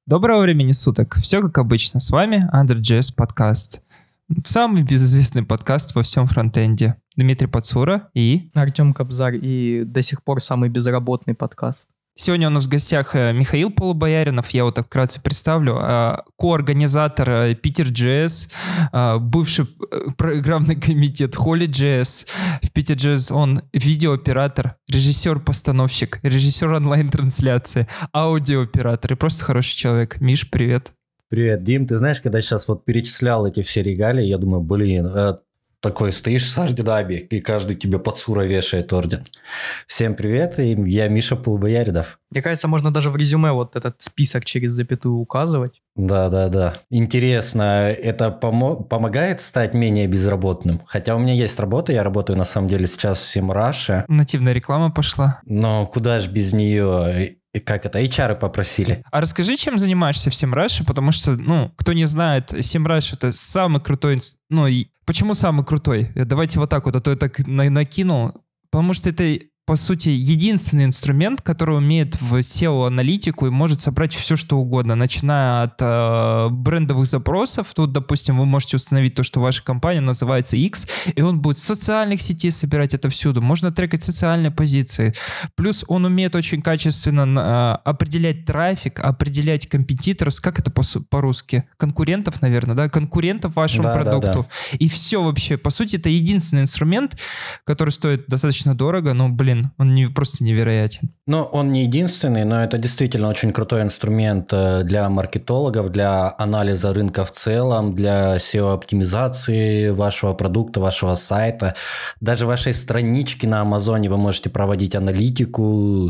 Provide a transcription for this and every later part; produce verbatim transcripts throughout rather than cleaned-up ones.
Доброго времени суток. Все как обычно. С вами Under.js подкаст. Самый безызвестный подкаст во всем фронтенде. Дмитрий Пацура и... Артем Кобзарь и до сих пор самый безработный подкаст. Сегодня у нас в гостях Михаил Полубояринов, я его так вкратце представлю, коорганизатор Питер.js, бывший программный комитет Holy.js. В Питер.js он видеооператор, режиссер-постановщик, режиссер онлайн-трансляции, аудиооператор и просто хороший человек. Миш, привет. Привет, Дим. Ты знаешь, когда сейчас вот перечислял эти все регалии, я думаю, блин, такой стоишь с орденами, и каждый тебе Пацура вешает орден. Всем привет, и я Миша Полубояринов. Мне кажется, можно даже в резюме вот этот список через запятую указывать. Да-да-да. Интересно, это помо- помогает стать менее безработным? Хотя у меня есть работа, я работаю на самом деле сейчас в Semrush. Нативная реклама пошла. Но куда ж без нее... Как это? эйч ар попросили. А расскажи, чем занимаешься в Semrush, потому что, ну, кто не знает, Semrush — это самый крутой... Ну, и почему самый крутой? Давайте вот так вот, а то я так накинул. Потому что это, по сути, единственный инструмент, который умеет в сео-аналитику и может собрать все, что угодно, начиная от э, брендовых запросов. Тут, допустим, вы можете установить то, что ваша компания называется X, и он будет с социальных сетей собирать это всюду. Можно трекать социальные позиции. Плюс он умеет очень качественно э, определять трафик, определять компетиторов, как это по- по-русски? Конкурентов, наверное, да? Конкурентов вашему да, продукту. Да, да. И все вообще. По сути, это единственный инструмент, который стоит достаточно дорого, но, блин, он не, просто невероятен. Ну, он не единственный, но это действительно очень крутой инструмент для маркетологов, для анализа рынка в целом, для сео-оптимизации вашего продукта, вашего сайта. Даже вашей странички на Амазоне вы можете проводить аналитику.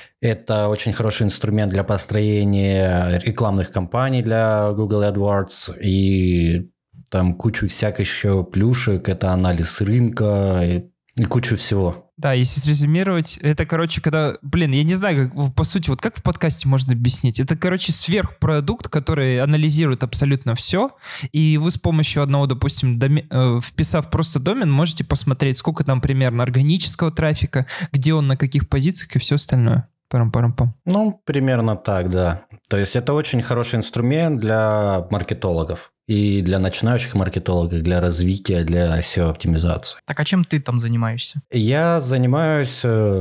Это очень хороший инструмент для построения рекламных кампаний для Google AdWords и там кучу всяких еще плюшек. Это анализ рынка и, и кучу всего. Да, если срезюмировать, это, короче, когда, блин, я не знаю, как, по сути, вот как в подкасте можно объяснить? Это, короче, сверхпродукт, который анализирует абсолютно все, и вы с помощью одного, допустим, доме, э, вписав просто домен, можете посмотреть, сколько там примерно органического трафика, где он, на каких позициях и все остальное. Парам-парам-пам. Ну, примерно так, да. То есть это очень хороший инструмент для маркетологов. И для начинающих маркетологов, для развития, для сео-оптимизации. Так а чем ты там занимаешься? Я занимаюсь...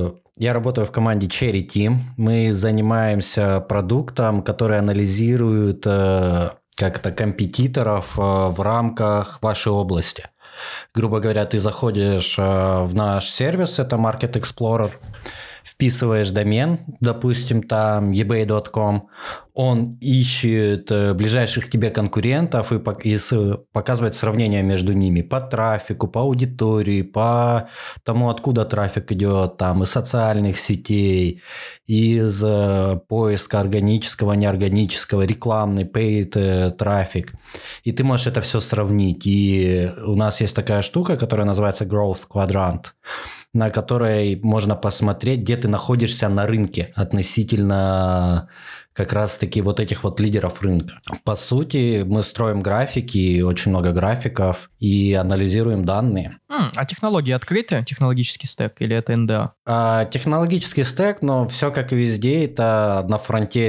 Я работаю в команде Cherry Team. Мы занимаемся продуктом, который анализирует как-то компетиторов в рамках вашей области. Грубо говоря, ты заходишь в наш сервис, это Market Explorer, вписываешь домен, допустим, там и бэй точка ком, он ищет ближайших к тебе конкурентов и показывает сравнение между ними по трафику, по аудитории, по тому, откуда трафик идет, там, из социальных сетей, из поиска органического, неорганического, рекламный, paid трафик. И ты можешь это все сравнить. И у нас есть такая штука, которая называется Growth Quadrant, на которой можно посмотреть, где ты находишься на рынке относительно как раз-таки вот этих вот лидеров рынка. По сути, мы строим графики, очень много графиков, и анализируем данные. М, а технологии открыты? Технологический стек или это эн дэ а? А, технологический стек, но все как и везде, это на фронте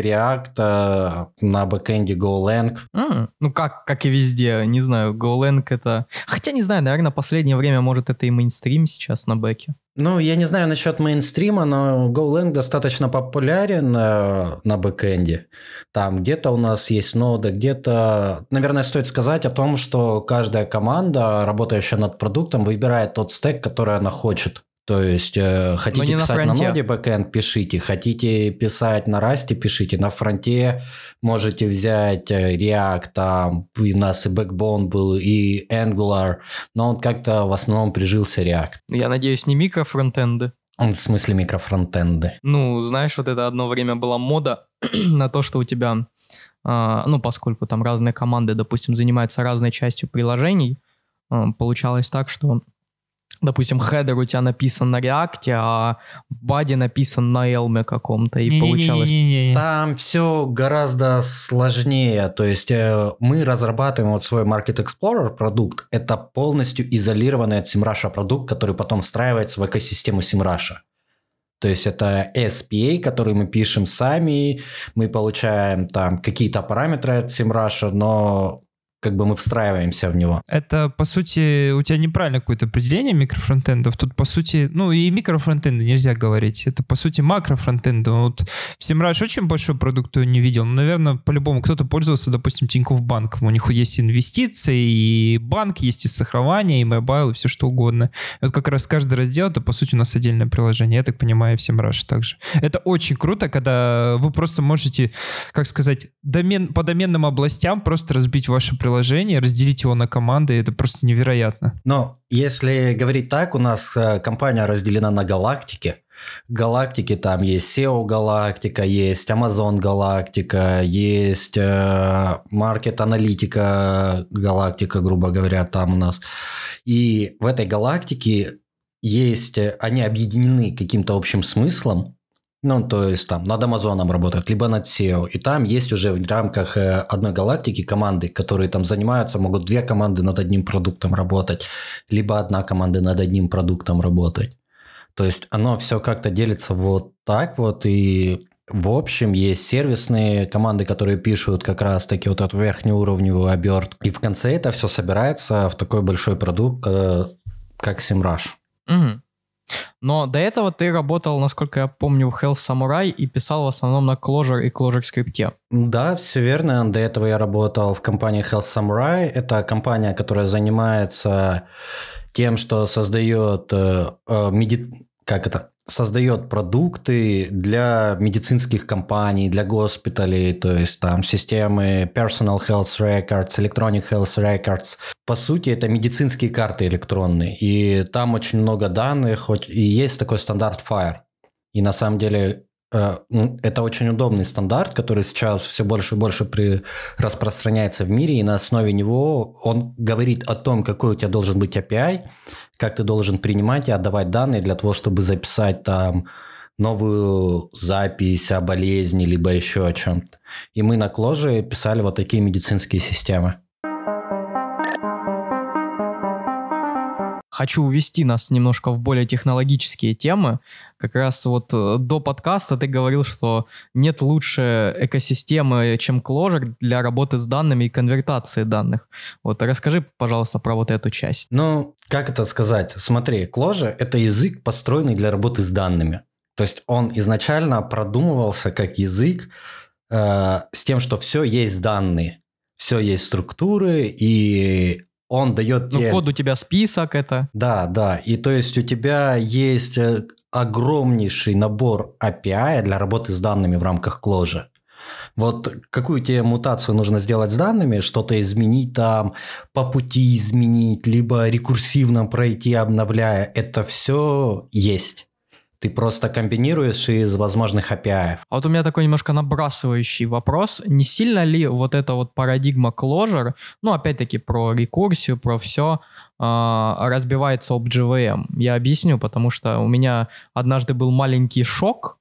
React, на бэкэнде Golang. М, ну как, как и везде, не знаю, Golang это... Хотя не знаю, наверное, последнее время, может, это и мейнстрим сейчас на бэке. Ну, я не знаю насчет мейнстрима, но Golang достаточно популярен э, на бэкэнде. Там где-то у нас есть нода, где-то... Наверное, стоит сказать о том, что каждая команда, работающая над продуктом, выбирает тот стек, который она хочет. То есть, э, хотите писать на, на ноде бэкэнд, пишите. Хотите писать на Rust, пишите. На фронте можете взять React, там у нас и Backbone был, и Angular, но он как-то в основном прижился React. Я надеюсь, не микрофронтенды. В смысле микрофронтенды? Ну, знаешь, вот это одно время была мода на то, что у тебя, э, ну, поскольку там разные команды, допустим, занимаются разной частью приложений, э, получалось так, что... Допустим, хедер у тебя написан на React, а бади написан на Elm каком-то, и получалось... Там все гораздо сложнее. То есть мы разрабатываем вот свой Market Explorer продукт. Это полностью изолированный от Semrush продукт, который потом встраивается в экосистему Semrush. То есть это эс пи эй, который мы пишем сами, мы получаем там какие-то параметры от SEMrush, но как бы мы встраиваемся в него. Это, по сути, у тебя неправильно какое-то определение микрофронтендов. Тут, по сути, ну и микрофронтенды нельзя говорить. Это, по сути, макрофронтенды. Вот в SEMrush очень большой продукт не видел. Но, наверное, по-любому кто-то пользовался, допустим, Тинькофф банком. У них есть инвестиции, и банк, есть и страхование, и мобайл, и все что угодно. И вот как раз каждый раздел, это, по сути, у нас отдельное приложение. Я так понимаю, в SEMrush также. Это очень круто, когда вы просто можете, как сказать, домен, по доменным областям просто разбить ваше приложение, разделить его на команды, это просто невероятно. Но если говорить так, у нас компания разделена на галактики. Галактики там есть сео галактика, есть Amazon галактика, есть маркет аналитика галактика, грубо говоря, там у нас. И в этой галактике есть, они объединены каким-то общим смыслом. Ну, то есть там над Амазоном работают, либо над сео. И там есть уже в рамках одной галактики команды, которые там занимаются, могут две команды над одним продуктом работать, либо одна команда над одним продуктом работать. То есть оно все как-то делится вот так вот. И в общем есть сервисные команды, которые пишут как раз-таки вот эту верхнеуровневую обертку. И в конце это все собирается в такой большой продукт, как SEMrush. Угу. Но до этого ты работал, насколько я помню, в Health Samurai и писал в основном на Clojure и Clojure скрипте. Да, все верно. До этого я работал в компании Health Samurai. Это компания, которая занимается тем, что создает, э, меди... как это? создает продукты для медицинских компаний, для госпиталей, то есть там системы Personal Health Records, Electronic Health Records. По сути, это медицинские карты электронные, и там очень много данных, и есть такой стандарт файр. И на самом деле это очень удобный стандарт, который сейчас все больше и больше при... распространяется в мире, и на основе него он говорит о том, какой у тебя должен быть эй пи ай, как ты должен принимать и отдавать данные для того, чтобы записать там новую запись о болезни, либо еще о чем-то. И мы на Clojure писали вот такие медицинские системы. Хочу увести нас немножко в более технологические темы. Как раз вот до подкаста ты говорил, что нет лучше экосистемы, чем Clojure для работы с данными и конвертации данных. Вот расскажи, пожалуйста, про вот эту часть. Ну, как это сказать? Смотри, Clojure – это язык, построенный для работы с данными. То есть он изначально продумывался как язык э, с тем, что все есть данные, все есть структуры, и он дает ну, тебе... код у тебя список это. Да, да. И то есть у тебя есть огромнейший набор эй пи ай для работы с данными в рамках Clojure. Вот какую тебе мутацию нужно сделать с данными, что-то изменить там, по пути изменить, либо рекурсивно пройти, обновляя, это все есть. Ты просто комбинируешь из возможных эй пи ай. А вот у меня такой немножко набрасывающий вопрос. Не сильно ли вот эта вот парадигма Clojure, ну, опять-таки, про рекурсию, про все, э, разбивается об джи ви эм? Я объясню, потому что у меня однажды был маленький шок,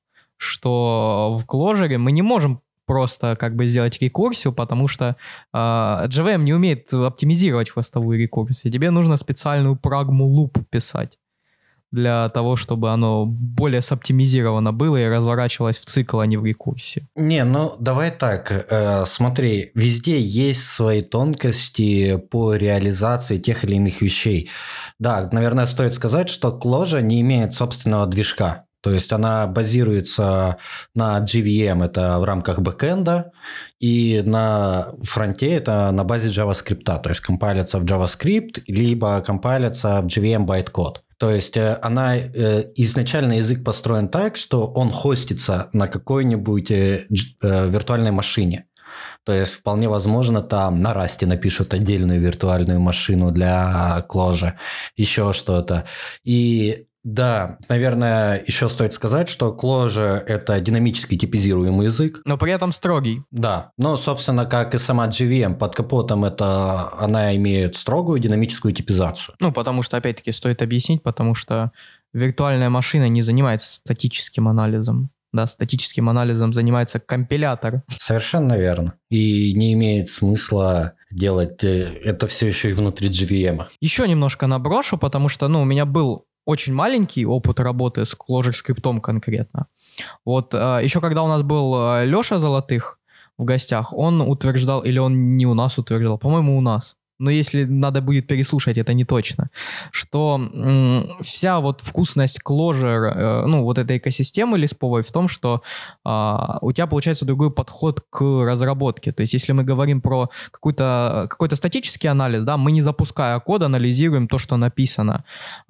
что в Clojure мы не можем просто как бы сделать рекурсию, потому что э, джи ви эм не умеет оптимизировать хвостовую рекурсию. Тебе нужно специальную прагму луп писать для того, чтобы оно более соптимизировано было и разворачивалось в цикл, а не в рекурсии. Не, ну давай так, э, смотри, везде есть свои тонкости по реализации тех или иных вещей. Да, наверное, стоит сказать, что Clojure не имеет собственного движка. То есть она базируется на джи ви эм, это в рамках бэкэнда, и на фронте это на базе JavaScript, то есть компайлится в JavaScript, либо компайлится в джи ви эм bytecode. То есть она изначально язык построен так, что он хостится на какой-нибудь виртуальной машине. То есть вполне возможно там на Rust напишут отдельную виртуальную машину для Clojure, еще что-то. И да, наверное, еще стоит сказать, что Clojure – это динамически типизируемый язык. Но при этом строгий. Да, но, собственно, как и сама джи ви эм, под капотом это она имеет строгую динамическую типизацию. Ну, потому что, опять-таки, стоит объяснить, потому что виртуальная машина не занимается статическим анализом. Да, статическим анализом занимается компилятор. Совершенно верно. И не имеет смысла делать это все еще и внутри джи ви эм. Еще немножко наброшу, потому что, ну, у меня был очень маленький опыт работы с Clojure скриптом конкретно. Вот э, еще когда у нас был э, Леша Золотых в гостях, он утверждал, или он не у нас утверждал, по-моему, у нас, но если надо будет переслушать, это не точно, что м, вся вот вкусность Clojure, э, ну, вот этой экосистемы лисповой в том, что э, у тебя получается другой подход к разработке. То есть если мы говорим про какой-то, какой-то статический анализ, да, мы не запуская код, анализируем то, что написано.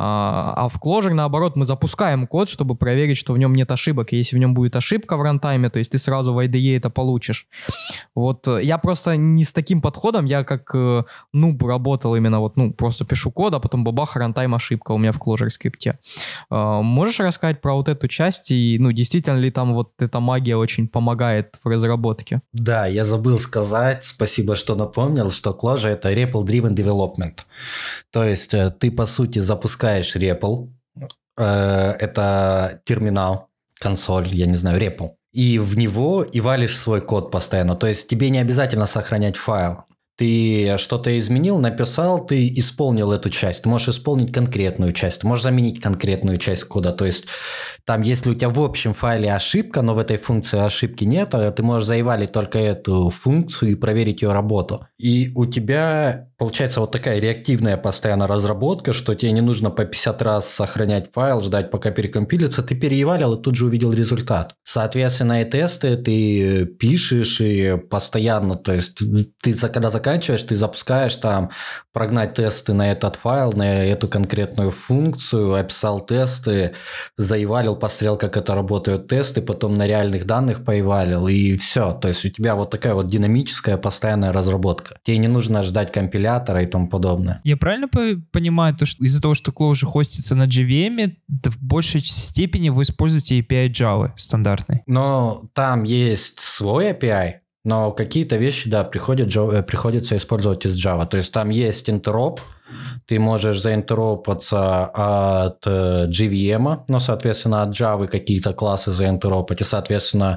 А, а в Clojure, наоборот, мы запускаем код, чтобы проверить, что в нем нет ошибок. И если в нем будет ошибка в рантайме, то есть ты сразу в ай ди и это получишь. Вот я просто не с таким подходом, я как... ну, работал именно вот, ну, просто пишу код, а потом бабах, рантайм, ошибка у меня в Clojure скрипте. Uh, можешь рассказать про вот эту часть и, ну, действительно ли там вот эта магия очень помогает в разработке? Да, я забыл сказать, спасибо, что напомнил, что Clojure — это R E P L-driven development. То есть ты, по сути, запускаешь R E P L, uh, это терминал, консоль, я не знаю, R E P L, и в него и валишь свой код постоянно. То есть тебе не обязательно сохранять файл. Ты что-то изменил, написал, ты исполнил эту часть. Ты можешь исполнить конкретную часть, ты можешь заменить конкретную часть кода. То есть там, если у тебя в общем файле ошибка, но в этой функции ошибки нет, ты можешь заевалить только эту функцию и проверить ее работу. И у тебя получается вот такая реактивная постоянно разработка, что тебе не нужно по пятьдесят раз сохранять файл, ждать, пока перекомпилится. Ты переевалил и тут же увидел результат. Соответственно, и тесты ты пишешь и постоянно, то есть ты когда заканчиваешь, ты запускаешь там прогнать тесты на этот файл, на эту конкретную функцию, описал тесты, заевалил, посмотрел, как это работают тесты, потом на реальных данных поевалил, и все. То есть у тебя вот такая вот динамическая постоянная разработка. Тебе не нужно ждать компилятора и тому подобное. Я правильно по- понимаю, то, что из-за того, что Clojure хостится на джей ви эм, то в большей степени вы используете эй пи ай Java стандартный? Но там есть свой эй пи ай, но какие-то вещи, да, приходит, приходится использовать из Java. То есть там есть интероп, ты можешь заинтеропаться от джей ви эм, ну, соответственно, от Java какие-то классы заинтеропать, и, соответственно,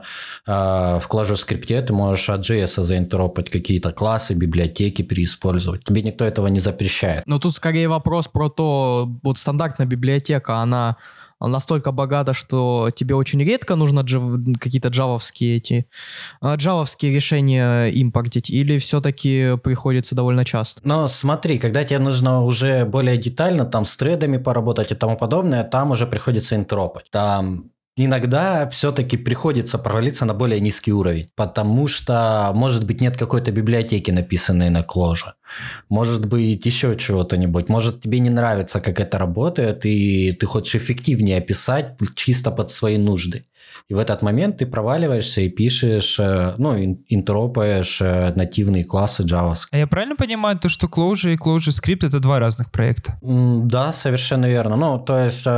в Clojure скрипте ты можешь от джей эс заинтеропать какие-то классы, библиотеки переиспользовать. Тебе никто этого не запрещает. Но тут скорее вопрос про то, вот стандартная библиотека, она... настолько богато, что тебе очень редко нужно джав... какие-то джавовские эти джавовские решения импортить, или все-таки приходится довольно часто? Но смотри, когда тебе нужно уже более детально там с тредами поработать и тому подобное, там уже приходится интеропать. Там иногда все-таки приходится провалиться на более низкий уровень, потому что, может быть, нет какой-то библиотеки, написанной на Clojure. Может быть, еще чего-то-нибудь. Может, тебе не нравится, как это работает, и ты хочешь эффективнее описать чисто под свои нужды. И в этот момент ты проваливаешься и пишешь, ну, интеропаешь нативные классы JavaScript. А я правильно понимаю, то, что Clojure и Clojure Script — это два разных проекта? Да, совершенно верно. Ну, то есть...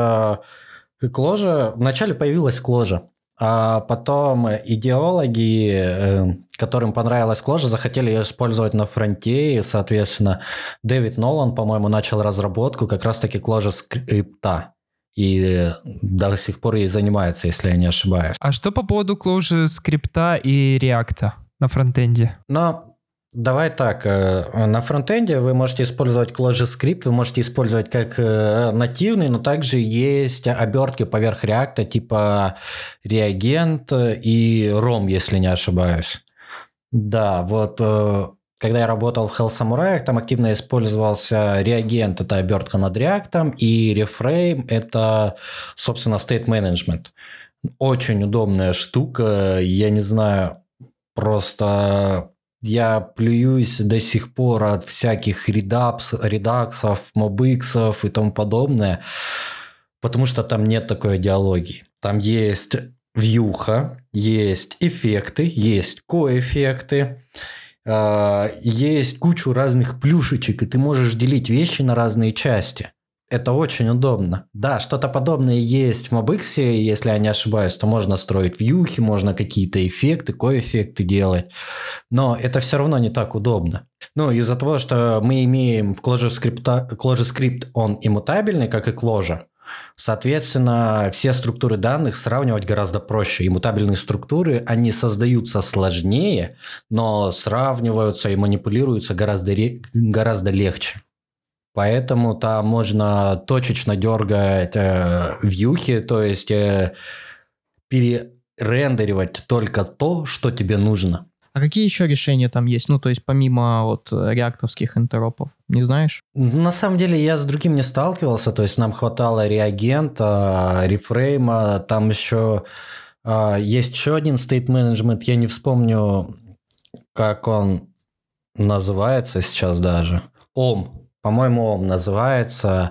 Clojure, вначале появилась Clojure, а потом идеологи, которым понравилась Clojure, захотели ее использовать на фронте, и, соответственно, Дэвид Нолан, по-моему, начал разработку как раз-таки Clojure скрипта. И до сих пор ей занимается, если я не ошибаюсь. А что по поводу Clojure скрипта и React на фронтенде? Но... Давай так, на фронтенде вы можете использовать Clojure Script, вы можете использовать как нативный, но также есть обертки поверх React, типа Reagent и Rom, если не ошибаюсь. Да, вот когда я работал в Hell Samurai, там активно использовался Reagent, это обертка над React, и Reframe, это, собственно, State Management. Очень удобная штука, я не знаю, просто... Я плююсь до сих пор от всяких редакс, редаксов, мобиксов и тому подобное, потому что там нет такой идеологии. Там есть вьюха, есть эффекты, есть коэффекты, есть кучу разных плюшечек, и ты можешь делить вещи на разные части. Это очень удобно. Да, что-то подобное есть в Mobix, если я не ошибаюсь, то можно строить вьюхи, можно какие-то эффекты, коэффекты делать, но это все равно не так удобно. Ну, из-за того, что мы имеем в Clojure Script, Clojure Script, он иммутабельный, как и Clojure, соответственно, все структуры данных сравнивать гораздо проще. Иммутабельные структуры, они создаются сложнее, но сравниваются и манипулируются гораздо, гораздо легче. Поэтому там можно точечно дергать э, вьюхи, то есть э, перерендеривать только то, что тебе нужно. А какие еще решения там есть? Ну, то есть помимо вот реактовских интеропов, не знаешь? На самом деле я с другим не сталкивался, то есть нам хватало реагента, рефрейма, там еще э, есть еще один state management, я не вспомню, как он называется сейчас даже. ом, по-моему, ом называется,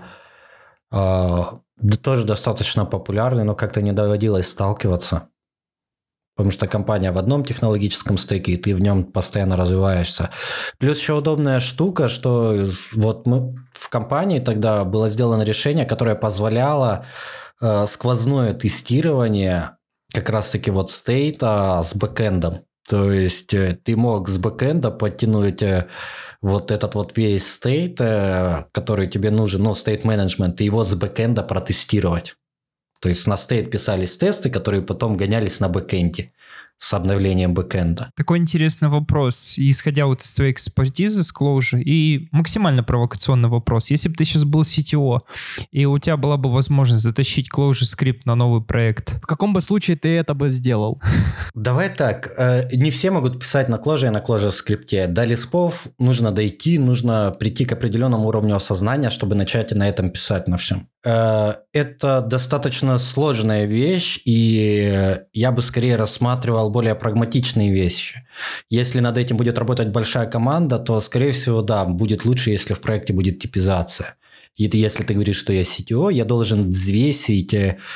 э, тоже достаточно популярный, но как-то не доводилось сталкиваться. Потому что компания в одном технологическом стеке, и ты в нем постоянно развиваешься. Плюс еще удобная штука, что вот мы в компании тогда было сделано решение, которое позволяло э, сквозное тестирование как раз-таки вот стейта с бэкэндом. То есть э, ты мог с бэкэнда подтянуть э, вот этот вот весь стейт, э, который тебе нужен, ну, стейт менеджмент, и его с бэкэнда протестировать. То есть на стейт писались тесты, которые потом гонялись на бэкэнде с обновлением бэкэнда. Такой интересный вопрос, исходя вот из твоей экспертизы с Clojure, и максимально провокационный вопрос. Если бы ты сейчас был си ти о, и у тебя была бы возможность затащить Clojure скрипт на новый проект. В каком бы случае ты это бы сделал? Давай так, не все могут писать на Clojure и на Clojure скрипте. До лиспов нужно дойти, нужно прийти к определенному уровню осознания, чтобы начать на этом писать на всем. Это достаточно сложная вещь, и я бы скорее рассматривал более прагматичные вещи. Если над этим будет работать большая команда, то, скорее всего, да, будет лучше, если в проекте будет типизация. И если ты говоришь, что я си ти о, я должен взвесить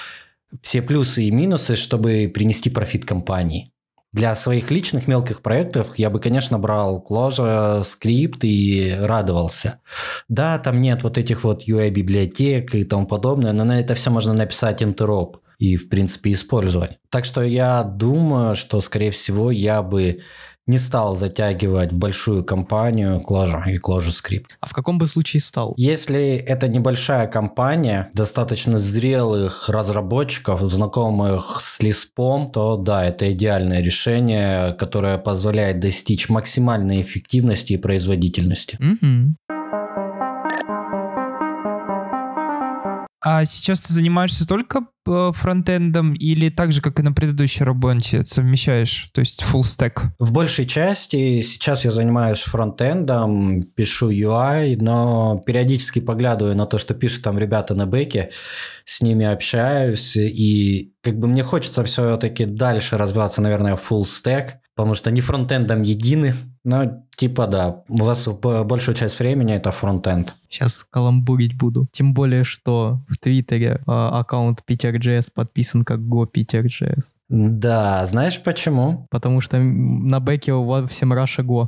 все плюсы и минусы, чтобы принести профит компании. Для своих личных мелких проектов я бы, конечно, брал Clojure, скрипт и радовался. Да, там нет вот этих вот ю ай-библиотек и тому подобное, но на это все можно написать интероп и, в принципе, использовать. Так что я думаю, что, скорее всего, я бы не стал затягивать в большую компанию Clojure и Clojure скрипт. А в каком бы случае стал? Если это небольшая компания, достаточно зрелых разработчиков, знакомых с лиспом, то да, это идеальное решение, которое позволяет достичь максимальной эффективности и производительности. Mm-hmm. А сейчас ты занимаешься только фронтендом или так же, как и на предыдущей работе, совмещаешь, то есть full stack? В большей части сейчас я занимаюсь фронтендом, пишу ю ай, но периодически поглядываю на то, что пишут там ребята на бэке, с ними общаюсь, и как бы мне хочется все-таки дальше развиваться, наверное, в full stack, потому что не фронтендом едины, но типа да, у вас большую часть времени это фронтенд. Сейчас каламбурить буду. Тем более, что в Твиттере э, аккаунт Питер.js подписан как go.Питер.js. Да, знаешь почему? Потому что на бэке у вас всем Russia Go.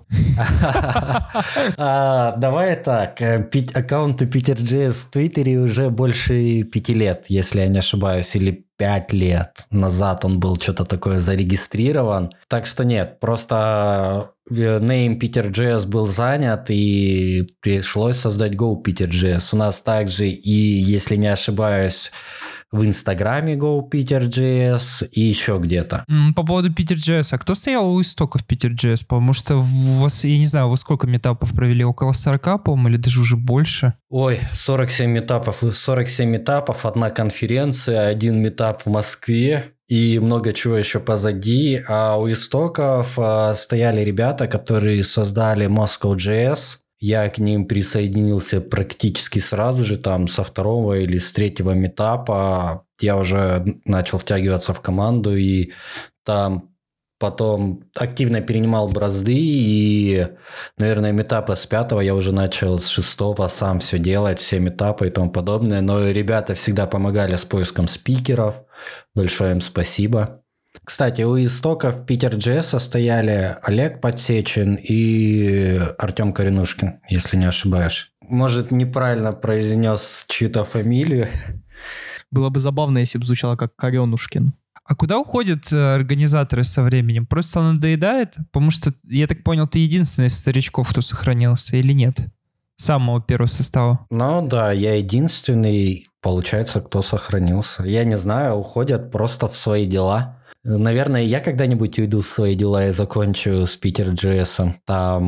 Давай так, аккаунту Питер.js в Твиттере уже больше пяти лет, если я не ошибаюсь, или пять лет назад он был что-то такое зарегистрирован. Так что нет, просто name Питер.js был занят, и пришлось создать go.Питер.js. У нас также и, если не ошибаюсь, в Инстаграме go.Питер.js и еще где-то. По поводу Питер.js, а кто стоял у истоков Питер.js? Потому что у вас, я не знаю, вы сколько метапов провели? Около сорока, по-моему, или даже уже больше? Ой, сорок семь метапов. сорок семь метапов, одна конференция, один метап в Москве. И много чего еще позади. А у истоков а, стояли ребята, которые создали Moscow.js. Я к ним присоединился практически сразу же, там со второго или с третьего метапа. Я уже начал втягиваться в команду, и там потом активно перенимал бразды, и, наверное, метапа с пятого я уже начал с шестого сам все делать, все метапы и тому подобное. Но ребята всегда помогали с поиском спикеров. Большое им спасибо. Кстати, у истоков Питер.js стояли Олег Подсечин и Артем Коренушкин, если не ошибаюсь. Может, неправильно произнес чью-то фамилию. Было бы забавно, если бы звучало как Коренушкин. А куда уходят организаторы со временем? Просто надоедает? Потому что, я так понял, ты единственный из старичков, кто сохранился, или нет? Самого первого состава. Ну да, я единственный, получается, кто сохранился. Я не знаю, уходят просто в свои дела. Наверное, я когда-нибудь уйду в свои дела и закончу с Питер.js. Там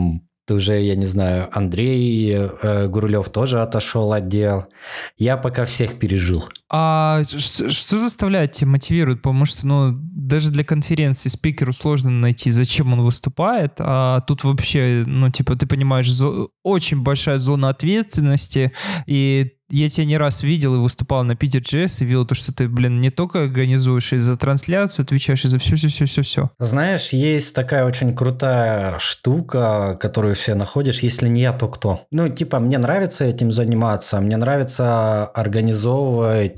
ты уже, я не знаю, Андрей э, Гурулев тоже отошел отдел. Я пока всех пережил. А что, что заставляет тебя, мотивирует? Потому что, ну, даже для конференции спикеру сложно найти, зачем он выступает, а тут вообще, ну, типа, ты понимаешь, зо- очень большая зона ответственности, и я тебя не раз видел и выступал на Питер.js, и видел то, что ты, блин, не только организуешь и за трансляцию, отвечаешь и за все-все-все-все-все. Знаешь, есть такая очень крутая штука, которую все находишь, если не я, то кто? Ну, типа, мне нравится этим заниматься, мне нравится организовывать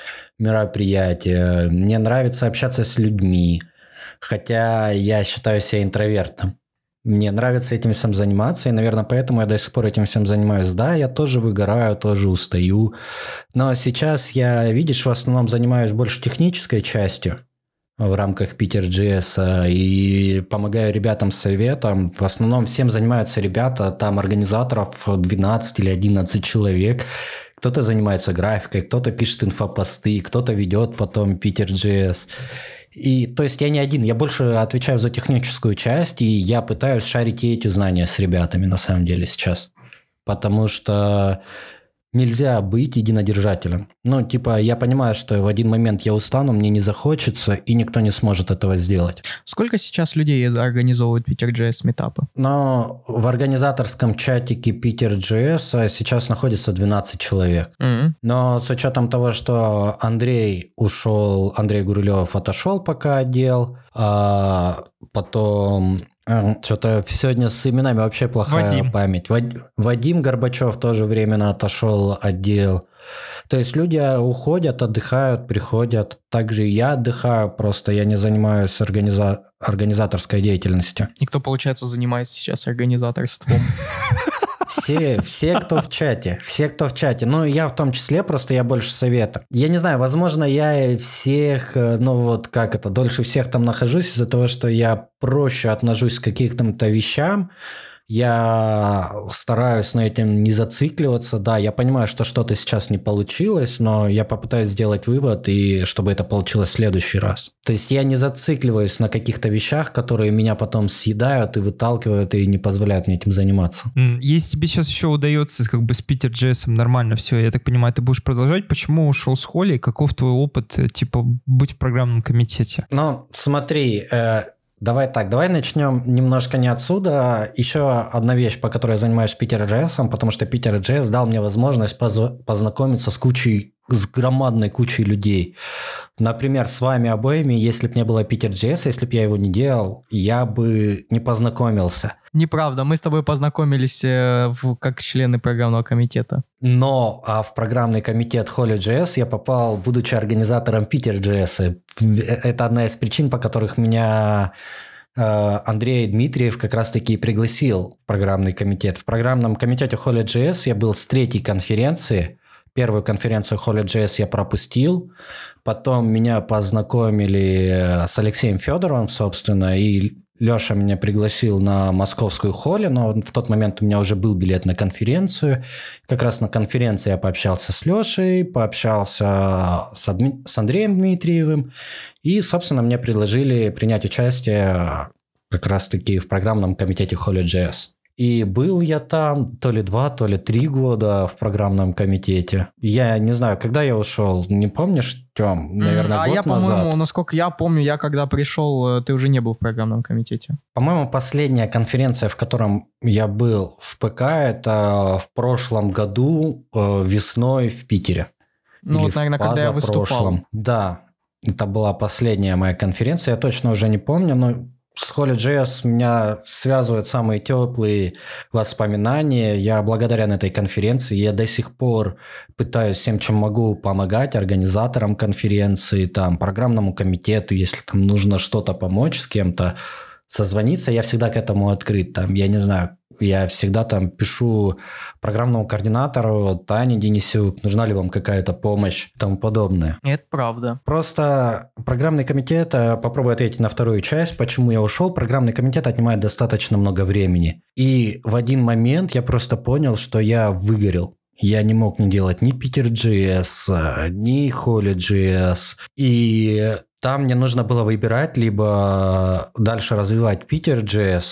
мероприятия, мне нравится общаться с людьми, хотя я считаю себя интровертом. Мне нравится этим всем заниматься, и, наверное, поэтому я до сих пор этим всем занимаюсь. Да, я тоже выгораю, тоже устаю, но сейчас я, видишь, в основном занимаюсь больше технической частью в рамках Питер.js и помогаю ребятам с советом. В основном всем занимаются ребята, там организаторов двенадцать или одиннадцать человек. Кто-то занимается графикой, кто-то пишет инфопосты, кто-то ведет потом Питер.js. И, то есть я не один, я больше отвечаю за техническую часть, и я пытаюсь шарить и эти знания с ребятами на самом деле сейчас. Потому что нельзя быть единодержателем. Ну, типа, я понимаю, что в один момент я устану, мне не захочется, и никто не сможет этого сделать. Сколько сейчас людей организовывают Питер.js метапы? Но в организаторском чатике Питер.js сейчас находится двенадцать человек. Mm-hmm. Но с учетом того, что Андрей ушел, Андрей Гурулев отошел пока отдел, а потом... Что-то сегодня с именами вообще плохая Вадим. память. Вад... Вадим Горбачев тоже временно отошел отдел. То есть люди уходят, отдыхают, приходят. Также и я отдыхаю, просто я не занимаюсь организа... организаторской деятельностью. И кто, получается, занимается сейчас организаторством? Все, все, кто в чате, все, кто в чате. Ну, я в том числе, просто я больше совета. Я не знаю, возможно, я всех, ну вот как это, дольше всех там нахожусь из-за того, что я проще отношусь к каким-то вещам. Я стараюсь на этом не зацикливаться. Да, я понимаю, что что-то сейчас не получилось, но я попытаюсь сделать вывод, и чтобы это получилось в следующий раз. То есть я не зацикливаюсь на каких-то вещах, которые меня потом съедают и выталкивают, и не позволяют мне этим заниматься. Если тебе сейчас еще удается как бы с Питер.js нормально все, я так понимаю, ты будешь продолжать. Почему ушел с Холли? Каков твой опыт, типа, быть в программном комитете? Ну, смотри... Э- Давай так, давай начнем немножко не отсюда. Еще одна вещь, по которой я занимаюсь Питер.js, потому что Питер.js дал мне возможность поз- познакомиться с кучей, с громадной кучей людей. Например, с вами обоими, если бы не было Питер.js, если бы я его не делал, я бы не познакомился. Неправда, мы с тобой познакомились э, в, как члены программного комитета. Но а в программный комитет Holy.js я попал, будучи организатором Питер.js. Это одна из причин, по которых меня э, Андрей Дмитриев как раз-таки и пригласил в программный комитет. В программном комитете Holy.js я был с третьей конференции. Первую конференцию Holy.js я пропустил. Потом меня познакомили с Алексеем Федоровым, собственно, и Леша меня пригласил на московскую Холли, но в тот момент у меня уже был билет на конференцию. Как раз на конференции я пообщался с Лешей, пообщался с, Адми... с Андреем Дмитриевым, и, собственно, мне предложили принять участие как раз-таки в программном комитете Holy.js. И был я там то ли два, то ли три года в программном комитете. Я не знаю, когда я ушел, не помнишь, Тём? Наверное, а год я, по-моему, назад. насколько я помню, я когда пришел, ты уже не был в программном комитете. По-моему, последняя конференция, в котором я был в ПК, это в прошлом году весной в Питере. Ну, Или вот, наверное, когда я выступал. Да, это была последняя моя конференция, я точно уже не помню, но... С Holy.js меня связывают самые теплые воспоминания. Я благодарен этой конференции. Я до сих пор пытаюсь всем, чем могу, помогать организаторам конференции, там, программному комитету, если там нужно что-то помочь с кем-то, созвониться, я всегда к этому открыт. Там, я не знаю, я всегда там пишу программному координатору Тане Денисюк, нужна ли вам какая-то помощь и тому подобное. Это правда. Просто программный комитет, попробую ответить на вторую часть, почему я ушел. Программный комитет отнимает достаточно много времени. И в один момент я просто понял, что я выгорел. Я не мог не делать ни Питер.js, ни Holy.js. И там мне нужно было выбирать, либо дальше развивать Питер.js,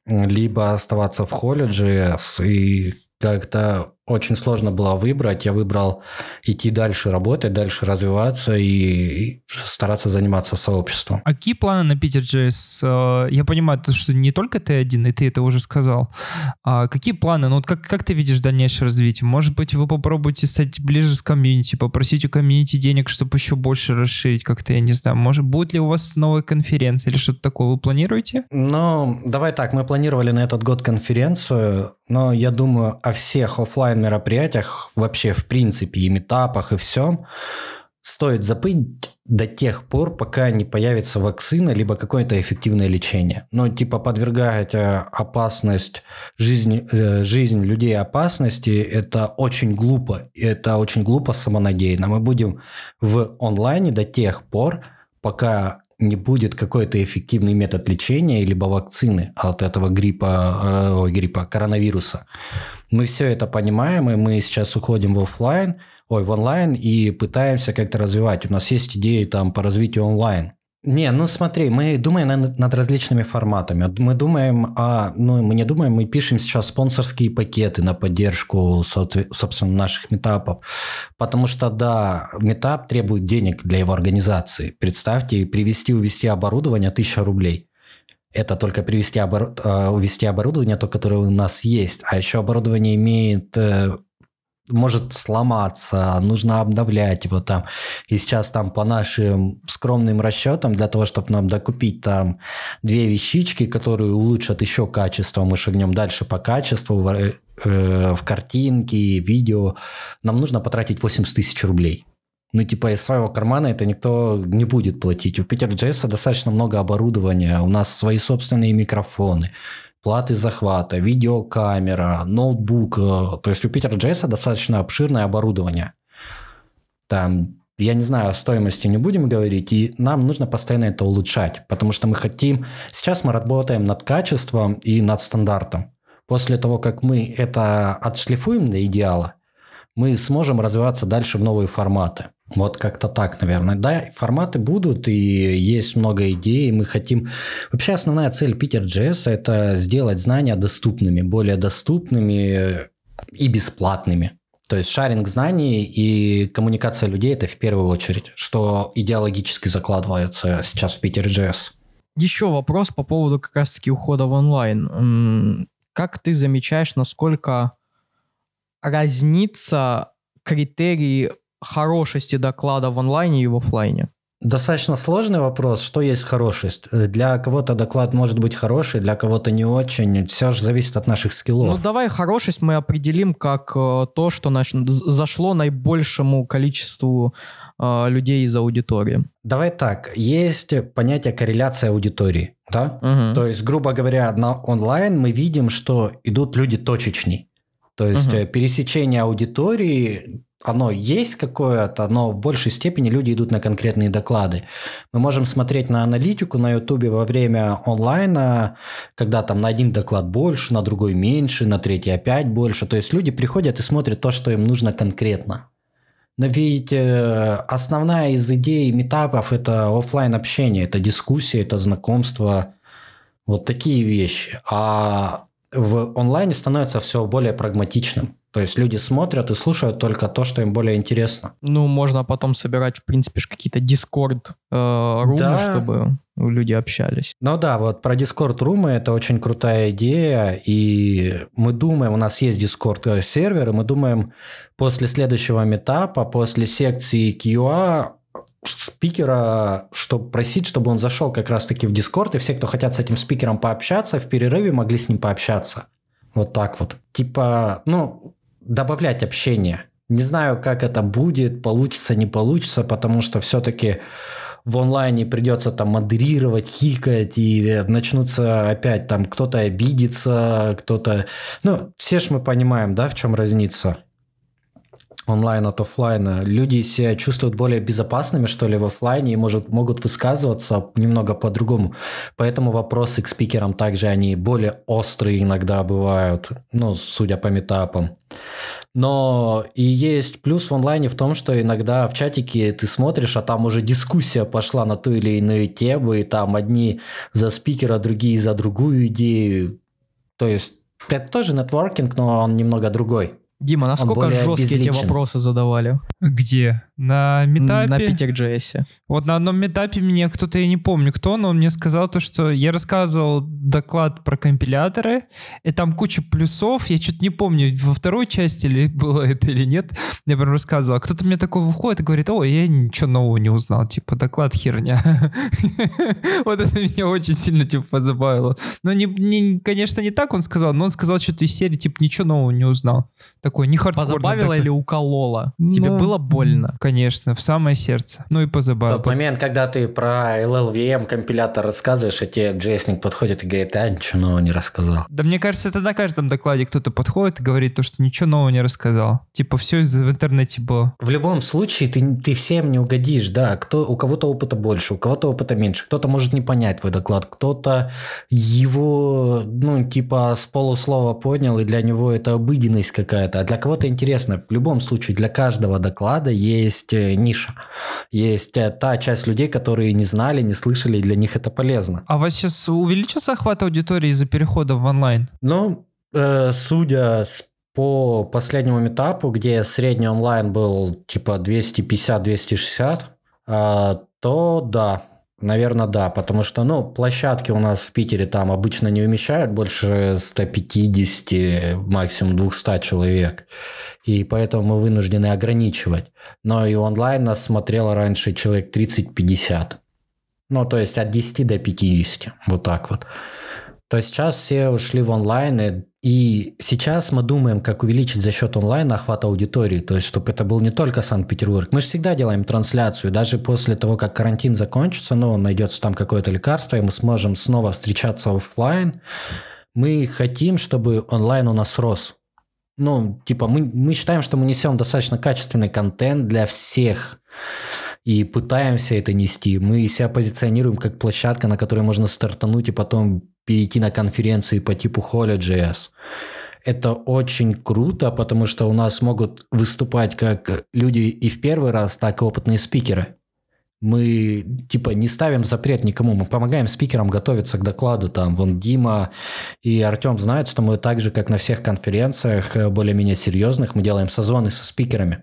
либо оставаться в колледже, и как-то очень сложно было выбрать. Я выбрал идти дальше работать, дальше развиваться и стараться заниматься сообществом. А какие планы на Питер.js? Я понимаю, что не только ты один, и ты это уже сказал. А какие планы? Ну вот как, как ты видишь дальнейшее развитие? Может быть, вы попробуете стать ближе с комьюнити, попросить у комьюнити денег, чтобы еще больше расширить как-то, я не знаю. Может, будет ли у вас новая конференция или что-то такое вы планируете? Ну, давай так, мы планировали на этот год конференцию, но я думаю о всех офлайн мероприятиях, вообще в принципе и метапах, и всем, стоит забыть до тех пор, пока не появится вакцина, либо какое-то эффективное лечение. Но типа подвергать опасность, жизнь, жизнь людей опасности, это очень глупо. Это очень глупо самонадеянно. Мы будем в онлайне до тех пор, пока не будет какой-то эффективный метод лечения либо вакцины от этого гриппа, ой, гриппа, коронавируса. Мы все это понимаем, и мы сейчас уходим в офлайн, ой, в онлайн и пытаемся как-то развивать. У нас есть идеи там по развитию онлайн. Не, ну смотри, мы думаем над, над различными форматами. Мы думаем, а, ну мы не думаем, мы пишем сейчас спонсорские пакеты на поддержку, собственно, наших метапов. Потому что, да, метап требует денег для его организации. Представьте, привезти, увезти оборудование тысяча рублей. Это только привезти, обор... увезти оборудование, то, которое у нас есть. А еще оборудование имеет... может сломаться, нужно обновлять его там. И сейчас там по нашим скромным расчетам, для того, чтобы нам докупить там две вещички, которые улучшат еще качество, мы шагнем дальше по качеству, в, э, в картинки, видео, нам нужно потратить восемьдесят тысяч рублей. Ну, типа, из своего кармана это никто не будет платить. У Питер.js достаточно много оборудования, у нас свои собственные микрофоны, платы захвата, видеокамера, ноутбук. То есть у Питер.js достаточно обширное оборудование. Там, я не знаю, о стоимости не будем говорить, и нам нужно постоянно это улучшать, потому что мы хотим... Сейчас мы работаем над качеством и над стандартом. После того, как мы это отшлифуем до идеала, мы сможем развиваться дальше в новые форматы. Вот как-то так, наверное. Да, форматы будут, и есть много идей. Мы хотим... Вообще основная цель Питер.js – это сделать знания доступными, более доступными и бесплатными. То есть шаринг знаний и коммуникация людей – это в первую очередь, что идеологически закладывается сейчас в Питер.js. Еще вопрос по поводу как раз-таки ухода в онлайн. Как ты замечаешь, насколько разнится критерии хорошести доклада в онлайне и в офлайне? Достаточно сложный вопрос, что есть хорошесть. Для кого-то доклад может быть хороший, для кого-то не очень. Все же зависит от наших скиллов. Ну давай хорошесть мы определим как э, то, что нач... зашло наибольшему количеству э, людей из аудитории. Давай так, есть понятие корреляция аудитории. Да? Угу. То есть, грубо говоря, на онлайн мы видим, что идут люди точечней. То есть угу. пересечение аудитории... Оно есть какое-то, но в большей степени люди идут на конкретные доклады. Мы можем смотреть на аналитику на Ютубе во время онлайна, когда там на один доклад больше, на другой меньше, на третий опять больше. То есть люди приходят и смотрят то, что им нужно конкретно. Но ведь основная из идей митапов – это офлайн общение, это дискуссия, это знакомство, вот такие вещи. А в онлайне становится все более прагматичным. То есть люди смотрят и слушают только то, что им более интересно. Ну, можно потом собирать, в принципе, какие-то Discord-румы, да. чтобы люди общались. Ну да, вот про Discord-румы это очень крутая идея. И мы думаем, у нас есть Discord-сервер, и мы думаем, после следующего митапа, после секции кью эй, спикера, чтобы просить, чтобы он зашел как раз-таки в Discord, и все, кто хотят с этим спикером пообщаться, в перерыве могли с ним пообщаться. Вот так вот. Типа, ну... добавлять общение. Не знаю, как это будет, получится, не получится, потому что все-таки в онлайне придется там модерировать, хикать, и начнутся опять там кто-то обидится, кто-то... Ну, все ж мы понимаем, да, в чем разница онлайн от офлайна. Люди себя чувствуют более безопасными, что ли, в офлайне и может, могут высказываться немного по-другому. Поэтому вопросы к спикерам также, они более острые иногда бывают, ну, судя по митапам. Но и есть плюс в онлайне в том, что иногда в чатике ты смотришь, а там уже дискуссия пошла на ту или иную тему, и там одни за спикера, другие за другую идею. То есть это тоже нетворкинг, но он немного другой. Дима, насколько жесткие эти вопросы задавали? Где? На метапе? На Питер.js. Вот на одном метапе мне кто-то, я не помню кто, но он мне сказал то, что я рассказывал доклад про компиляторы, и там куча плюсов, я что-то не помню, во второй части ли было это или нет, я прям рассказывал. Кто-то мне такой выходит и говорит: ой, я ничего нового не узнал, типа, доклад херня. Вот это меня очень сильно, типа, позабавило. Но, конечно, не так он сказал, но он сказал что-то из серии, типа, ничего нового не узнал. Такой, не хардкорный. Позабавило или укололо? Тебе было больно? Конечно, в самое сердце. Ну и позабавило. Тот момент, когда ты про эл эл ви эм компилятор рассказываешь, и тебе джейсник подходит и говорит: а, ничего нового не рассказал. Да мне кажется, это на каждом докладе кто-то подходит и говорит то, что ничего нового не рассказал. Типа все из в интернете было. В любом случае ты, ты всем не угодишь, да. Кто, у кого-то опыта больше, у кого-то опыта меньше. Кто-то может не понять твой доклад, кто-то его, ну, типа с полуслова понял, и для него это обыденность какая-то. А для кого-то интересно. В любом случае для каждого доклада есть ниша. Есть та часть людей, которые не знали, не слышали, и для них это полезно. А у вас сейчас увеличился охват аудитории из-за перехода в онлайн? Ну, э, судя по последнему метапу, где средний онлайн был типа двести пятьдесят - двести шестьдесят, э, то да, наверное, да, потому что, ну, площадки у нас в Питере там обычно не умещают больше ста пятидесяти, максимум двухсот человек, и поэтому мы вынуждены ограничивать. Но и онлайн нас смотрело раньше человек тридцать-пятьдесят, ну, то есть от десяти до пятидесяти, вот так вот. То есть сейчас все ушли в онлайн, и, и сейчас мы думаем, как увеличить за счет онлайна охват аудитории, то есть чтобы это был не только Санкт-Петербург. Мы же всегда делаем трансляцию, даже после того, как карантин закончится, ну, найдется там какое-то лекарство, и мы сможем снова встречаться офлайн. Мы хотим, чтобы онлайн у нас рос. Ну, типа, мы, мы считаем, что мы несем достаточно качественный контент для всех, и пытаемся это нести. Мы себя позиционируем как площадка, на которой можно стартануть и потом перейти на конференции по типу Holy.js. Это очень круто, потому что у нас могут выступать как люди и в первый раз, так и опытные спикеры. Мы типа не ставим запрет никому, мы помогаем спикерам готовиться к докладу. Там вон Дима и Артем знают, что мы так же, как на всех конференциях более-менее серьезных, мы делаем созвоны со спикерами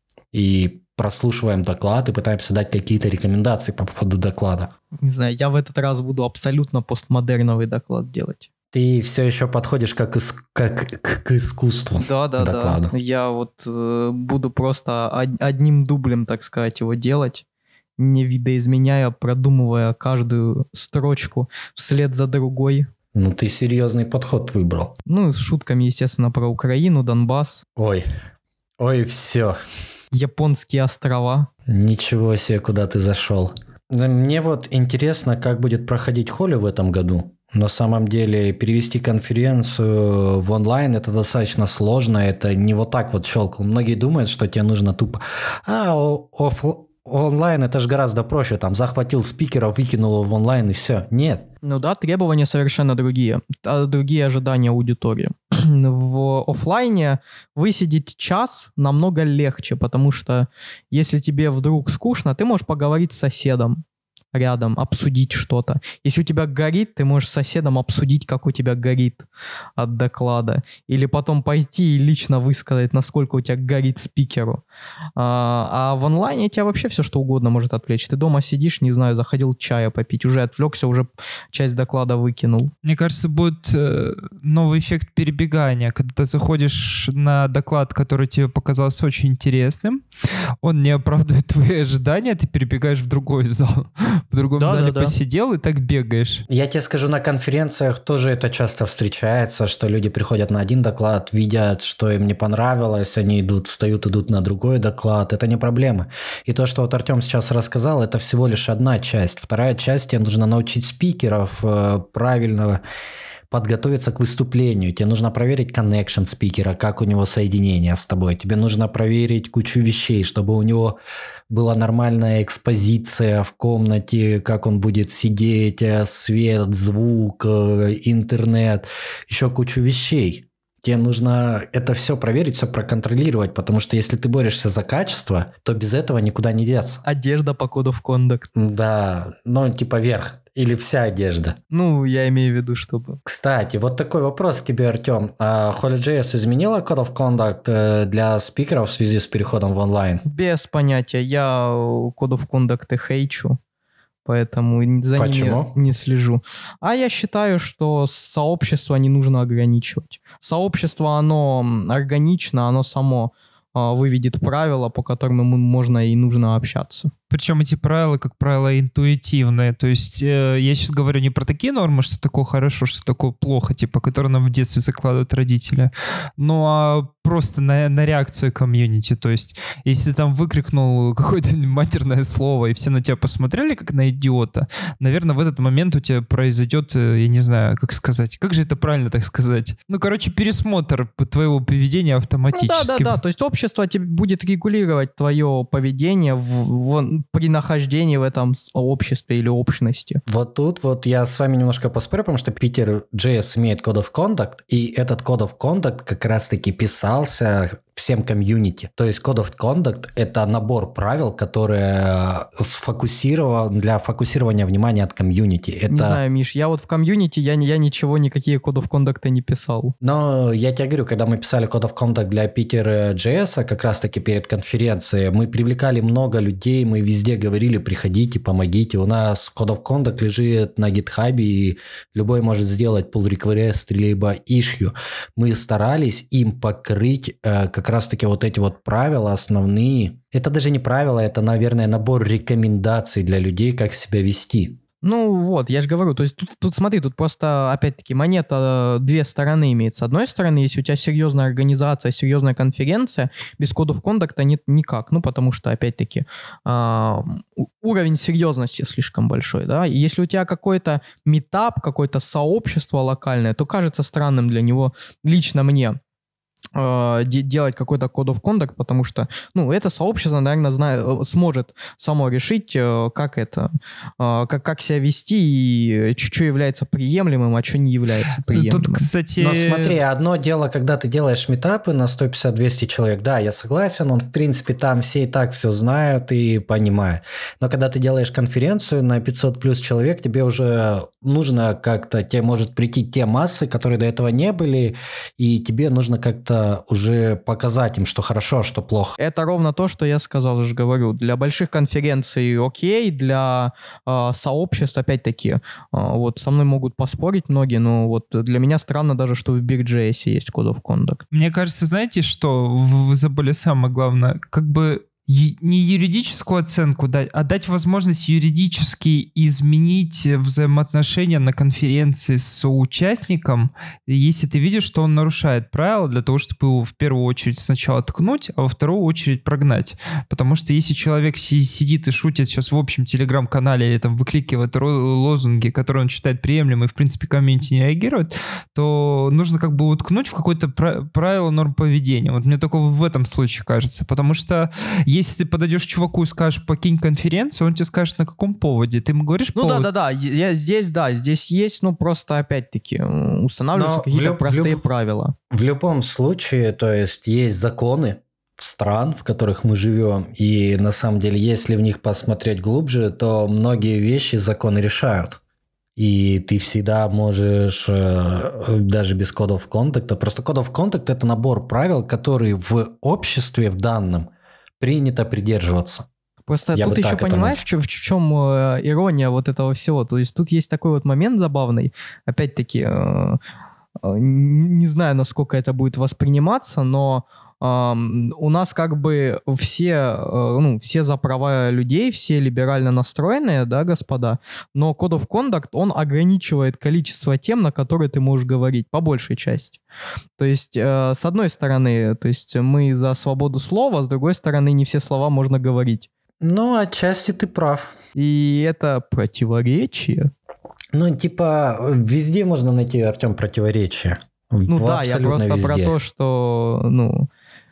и прослушиваем доклад и пытаемся дать какие-то рекомендации по поводу доклада. Не знаю, я в этот раз буду абсолютно постмодерновый доклад делать. Ты все еще подходишь как, ис- как к, к искусству. Да, да, докладу. да. Я вот э, буду просто од- одним дублем, так сказать, его делать, не видоизменяя, продумывая каждую строчку вслед за другой. Ну, ты серьезный подход выбрал. Ну, с шутками, естественно, про Украину, Донбасс. Ой, ой, все. Японские острова. Ничего себе, куда ты зашел. Мне вот интересно, как будет проходить Холли в этом году. На самом деле перевести конференцию в онлайн это достаточно сложно, это не вот так вот щелкал. Многие думают, что тебе нужно тупо... А, оф... онлайн это же гораздо проще, там захватил спикера, выкинул его в онлайн и все. Нет. Ну да, требования совершенно другие, другие ожидания аудитории. В офлайне высидеть час намного легче, потому что если тебе вдруг скучно, ты можешь поговорить с соседом рядом, обсудить что-то. Если у тебя горит, ты можешь с соседом обсудить, как у тебя горит от доклада. Или потом пойти и лично высказать, насколько у тебя горит спикеру. А, а в онлайне тебя вообще все что угодно может отвлечь. Ты дома сидишь, не знаю, заходил чая попить, уже отвлекся, уже часть доклада выкинул. Мне кажется, будет э, новый эффект перебегания, когда ты заходишь на доклад, который тебе показался очень интересным, он не оправдывает твои ожидания, ты перебегаешь в другой зал. В другом да, зале да, посидел да. и так бегаешь. Я тебе скажу, на конференциях тоже это часто встречается, что люди приходят на один доклад, видят, что им не понравилось, они идут, встают, идут на другой доклад. Это не проблема. И то, что вот Артем сейчас рассказал, это всего лишь одна часть. Вторая часть, тебе нужно научить спикеров э, правильно подготовиться к выступлению. Тебе нужно проверить коннекшн спикера, как у него соединение с тобой. Тебе нужно проверить кучу вещей, чтобы у него была нормальная экспозиция в комнате, как он будет сидеть, свет, звук, интернет, еще кучу вещей. Тебе нужно это все проверить, все проконтролировать, потому что если ты борешься за качество, то без этого никуда не деться. Одежда по коду в кондакт. Да, ну типа верх или вся одежда. Ну, я имею в виду, чтобы... Кстати, вот такой вопрос к тебе, Артем. А Holy.js изменила Code of Conduct для спикеров в связи с переходом в онлайн? Без понятия. Я Code of Conduct хейчу, поэтому за Почему? ними не слежу. А я считаю, что сообщество не нужно ограничивать. Сообщество, оно органично, оно само выведет правила, по которым ему можно и нужно общаться. Причем эти правила, как правило, интуитивные. То есть э, я сейчас говорю не про такие нормы, что такое хорошо, что такое плохо, типа, которые нам в детстве закладывают родители, но а просто на, на реакцию комьюнити. То есть если там выкрикнул какое-то матерное слово, и все на тебя посмотрели, как на идиота, наверное, в этот момент у тебя произойдет, я не знаю, как сказать, как же это правильно так сказать? Ну, короче, пересмотр твоего поведения автоматически. Ну, да, да, да. То есть общество тебе будет регулировать твое поведение в, в, при нахождении в этом обществе или общности. Вот тут вот я с вами немножко поспорю, потому что Peter.js имеет Code of Conduct, и этот Code of Conduct как раз-таки писался всем комьюнити. То есть Code of Conduct — это набор правил, которые сфокусирован для фокусирования внимания от комьюнити. Это... Не знаю, Миш, я вот в комьюнити, я, я ничего, никакие Code of Conduct не писал. Но я тебе говорю, когда мы писали Code of Conduct для Peter.js, как раз-таки перед конференцией, мы привлекали много людей, мы везде говорили: приходите, помогите. У нас Code of Conduct лежит на GitHub, и любой может сделать pull request либо issue. Мы старались им покрыть э, как раз-таки вот эти вот правила основные. Это даже не правила, это, наверное, набор рекомендаций для людей, как себя вести. Ну вот, я же говорю, то есть тут, тут смотри, тут просто, опять-таки, монета две стороны имеет. С одной стороны, если у тебя серьезная организация, серьезная конференция, без Code of Conduct нет никак, ну потому что, опять-таки, э, уровень серьезности слишком большой, да, и если у тебя какой-то митап, какое-то сообщество локальное, то кажется странным для него, лично мне, делать какой-то Code of Conduct, потому что, ну, это сообщество, наверное, знает, сможет само решить, как это, как, как себя вести и что является приемлемым, а что не является приемлемым. Тут, кстати... Но смотри, одно дело, когда ты делаешь митапы на сто пятьдесят - двести человек, да, я согласен, он, в принципе, там все и так все знают и понимают. Но когда ты делаешь конференцию на пятьсот плюс человек, тебе уже нужно как-то, тебе может прийти те массы, которые до этого не были, и тебе нужно как-то уже показать им, что хорошо, а что плохо. Это ровно то, что я сказал, уже говорю. Для больших конференций окей, для э, сообществ, опять-таки, э, вот со мной могут поспорить многие, но вот для меня странно даже, что в Big.js есть Code of Conduct. Мне кажется, знаете, что вы забыли самое главное? Как бы не юридическую оценку дать, а дать возможность юридически изменить взаимоотношения на конференции с соучастником, если ты видишь, что он нарушает правила, для того, чтобы его в первую очередь сначала ткнуть, а во вторую очередь прогнать. Потому что если человек сидит и шутит сейчас в общем телеграм-канале или там выкликивает лозунги, которые он считает приемлемыми, и в принципе комьюнити не реагирует, то нужно как бы уткнуть в какое-то правило норм поведения. Вот мне только в этом случае кажется. Потому что если ты подойдешь к чуваку и скажешь: покинь конференцию, он тебе скажет: на каком поводе? Ты ему говоришь ну, повод? Ну да-да-да, я здесь, да, здесь есть, ну просто опять-таки устанавливаются какие-то люб, простые люб, правила. В любом случае, то есть есть законы стран, в которых мы живем, и на самом деле, если в них посмотреть глубже, то многие вещи законы решают. И ты всегда можешь, даже без Code of Conduct, просто Code of Conduct — это набор правил, которые в обществе в данном принято придерживаться. Просто я тут еще понимаешь, в чем, в чем э, ирония вот этого всего. То есть тут есть такой вот момент забавный. Опять-таки, э, э, не знаю, насколько это будет восприниматься, но э, у нас как бы все, э, ну, все за права людей, все либерально настроенные, да, господа, но Code of Conduct, он ограничивает количество тем, на которые ты можешь говорить, по большей части. То есть, э, с одной стороны, то есть мы за свободу слова, с другой стороны, не все слова можно говорить. Ну, отчасти ты прав. И это противоречие. Ну, типа, везде можно найти, Артем, противоречия. Ну в да, я просто везде. Про то, что, ну,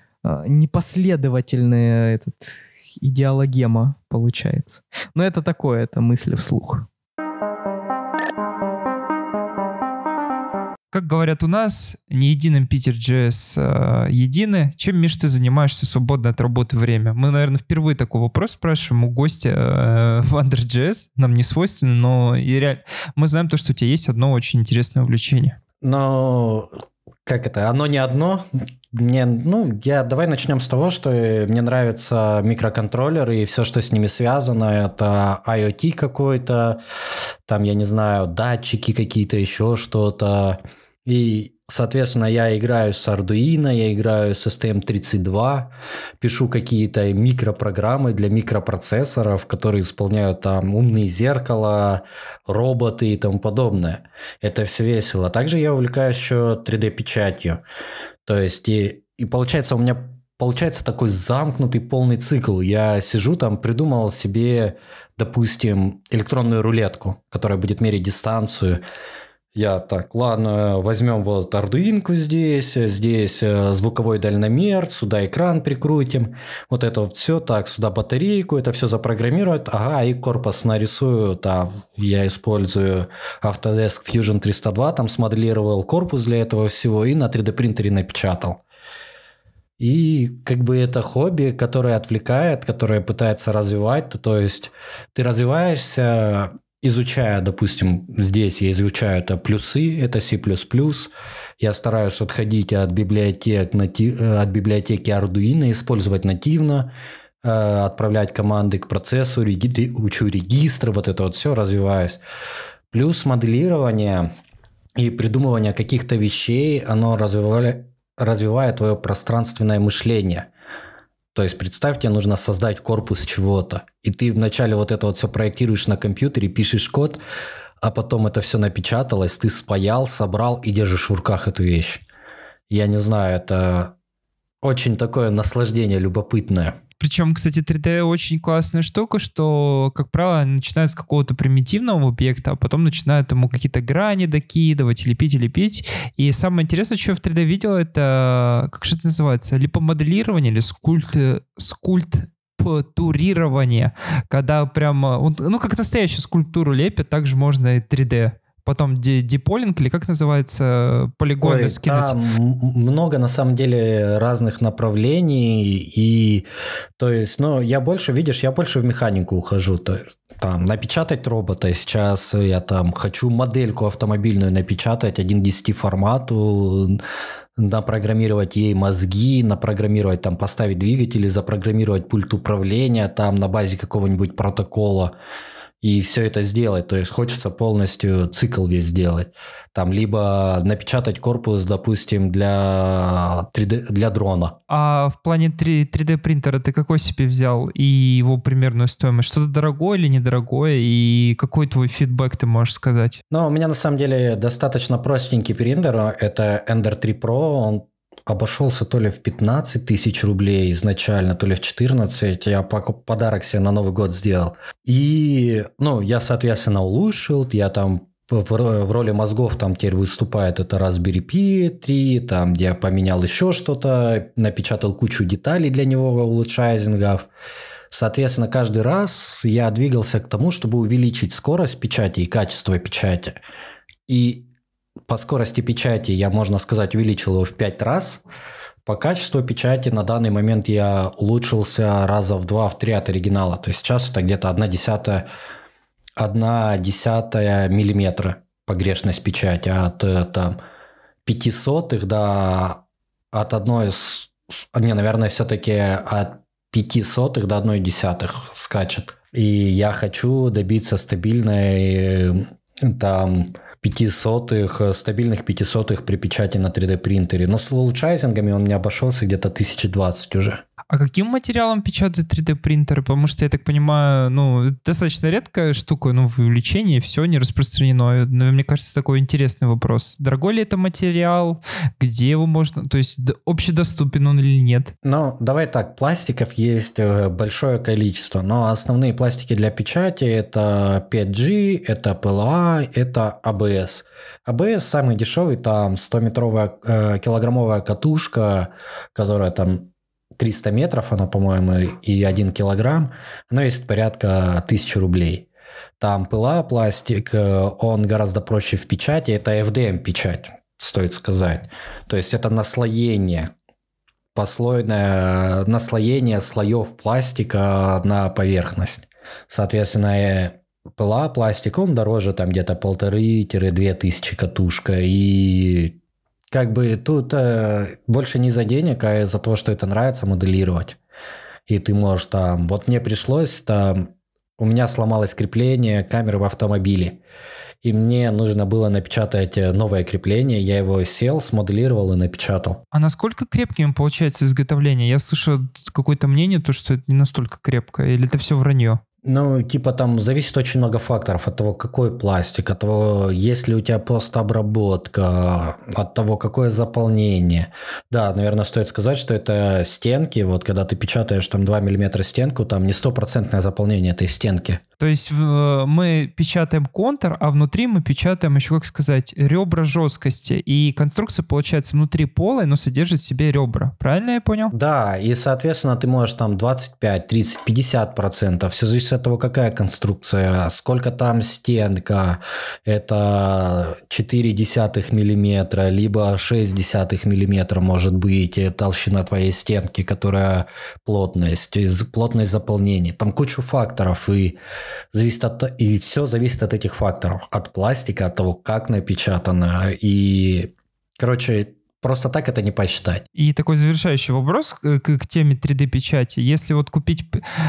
непоследовательная этот, идеологема получается. Но это такое, это мысли вслух. как говорят у нас, не единым Питер.js а, едины. Чем, Миш, ты занимаешься в свободное от работы время? Мы, наверное, впервые такой вопрос спрашиваем у гостя а, в Under.js. Нам не свойственно, но и реально, мы знаем то, что у тебя есть одно очень интересное увлечение. Но как это? Оно не одно. Мне, ну, я, давай начнем с того, что мне нравятся микроконтроллеры и все, что с ними связано. Это IoT какой-то, там, я не знаю, датчики какие-то, еще что-то. И, соответственно, я играю с Arduino, я играю с эс ти эм тридцать два, пишу какие-то микропрограммы для микропроцессоров, которые исполняют там умные зеркала, роботы и тому подобное. Это все весело. Также я увлекаюсь еще три дэ-печатью. То есть, и, и получается, у меня получается такой замкнутый полный цикл. Я сижу там, придумал себе, допустим, электронную рулетку, которая будет мерить дистанцию. Я так, ладно, возьмем вот Arduino здесь, здесь звуковой дальномер, сюда экран прикрутим, вот это вот все, так, сюда батарейку, это все запрограммируют, ага, и корпус нарисую, там, я использую Autodesk Fusion триста два, там смоделировал корпус для этого всего и на три дэ принтере напечатал. И как бы это хобби, которое отвлекает, которое пытается развивать, то есть ты развиваешься... Изучая, допустим, здесь я изучаю это плюсы, это C++, я стараюсь отходить от, библиотек, от библиотеки Arduino, использовать нативно, отправлять команды к процессу, учу регистры, вот это вот все, развиваюсь. Плюс моделирование и придумывание каких-то вещей, оно развивает, развивает твое пространственное мышление. То есть, представь, тебе нужно создать корпус чего-то, и ты вначале вот это вот все проектируешь на компьютере, пишешь код, а потом это все напечаталось, ты спаял, собрал и держишь в руках эту вещь. Я не знаю, это очень такое наслаждение любопытное. Причем, кстати, три дэ очень классная штука, что, как правило, начинает с какого-то примитивного объекта, а потом начинают ему какие-то грани докидывать, лепить и лепить. И самое интересное, что я в три дэ видел, это, как же это называется, липомоделирование или скульт... скульптурирование, когда прямо, ну, как настоящую скульптуру лепят, также можно и три дэ. Потом деполинг, или как называется, полигоны Ой, скинуть. Там много, на самом деле, разных направлений. И, то есть, ну, я больше, видишь, я больше в механику ухожу. То, там, напечатать робота. Сейчас я там хочу модельку автомобильную напечатать один к десяти формату, напрограммировать ей мозги, напрограммировать, там, поставить двигатели, запрограммировать пульт управления там на базе какого-нибудь протокола. И все это сделать. То есть хочется полностью цикл весь сделать. Там либо напечатать корпус, допустим, для, три дэ, для дрона. А в плане три дэ принтера ты какой себе взял и его примерную стоимость? Что-то дорогое или недорогое? И какой твой фидбэк ты можешь сказать? Ну, у меня на самом деле достаточно простенький принтер. Это Ender три Pro. Он обошелся то ли в пятнадцать тысяч рублей изначально, то ли в четырнадцать. Я подарок себе на Новый год сделал. И, ну, я, соответственно, улучшил. Я там в, в роли мозгов там теперь выступает это Raspberry Pi три, там я поменял еще что-то, напечатал кучу деталей для него, улучшайзингов. Соответственно, каждый раз я двигался к тому, чтобы увеличить скорость печати и качество печати. И по скорости печати я, можно сказать, увеличил его в пять раз. По качеству печати на данный момент я улучшился раза в два, в три от оригинала. То есть сейчас это где-то одна десятая, одна десятая миллиметра погрешность печати. От там, пяти сотых до... От одной... Не, наверное, все-таки от пяти сотых до одной десятых скачет. И я хочу добиться стабильной там... пятисотых, стабильных пятисотых при печати на три дэ принтере. Но с улучшайзингами он мне обошелся где-то тысяча двадцать уже. А каким материалом печатают три дэ принтеры? Потому что, я так понимаю, ну, это достаточно редкая штука, ну, в увлечении все не распространено. Но, мне кажется, такой интересный вопрос. Дорогой ли это материал? Где его можно... То есть, общедоступен он или нет? Ну, давай так, пластиков есть большое количество, но основные пластики для печати это пять джи, это пи эл эй, это эй би эс. эй би эс самый дешевый, там стометровая э, килограммовая катушка, которая там триста метров, она, по-моему, и один килограмм, она весит порядка тысячи рублей. Там пи эл эй пластик, он гораздо проще в печати, это эф ди эм печать. стоит сказать. То есть это наслоение, послойное наслоение слоев пластика на поверхность. Соответственно, пыла, пластик, он дороже там где-то полторы-две тысячи катушка. И как бы тут э, больше не за денег, а из-за того, что это нравится моделировать. И ты можешь там... Вот мне пришлось там... У меня сломалось крепление камеры в автомобиле. И мне нужно было напечатать новое крепление. Я его сел, смоделировал и напечатал. А насколько крепким получается изготовление? Я слышал какое-то мнение, то, что это не настолько крепко. Или это все вранье? Ну, типа там зависит очень много факторов от того, какой пластик, от того, есть ли у тебя постобработка, от того, какое заполнение. Да, наверное, стоит сказать, что это стенки, вот когда ты печатаешь там два миллиметра стенку, там не стопроцентное заполнение этой стенки. То есть мы печатаем контур, а внутри мы печатаем еще, как сказать, ребра жесткости. И конструкция получается внутри полая, но содержит в себе ребра. Правильно я понял? Да, и, соответственно, ты можешь там двадцать пять, тридцать, пятьдесят процентов. Все зависит от того, какая конструкция, сколько там стенка. Это четыре десятых миллиметра, либо шесть десятых миллиметра может быть толщина твоей стенки, которая плотность, плотность заполнения. Там кучу факторов, и зависит от, и все зависит от этих факторов. От пластика, от того, как напечатано. И, короче, просто так это не посчитать. И такой завершающий вопрос к, к теме три дэ-печати. Если вот купить...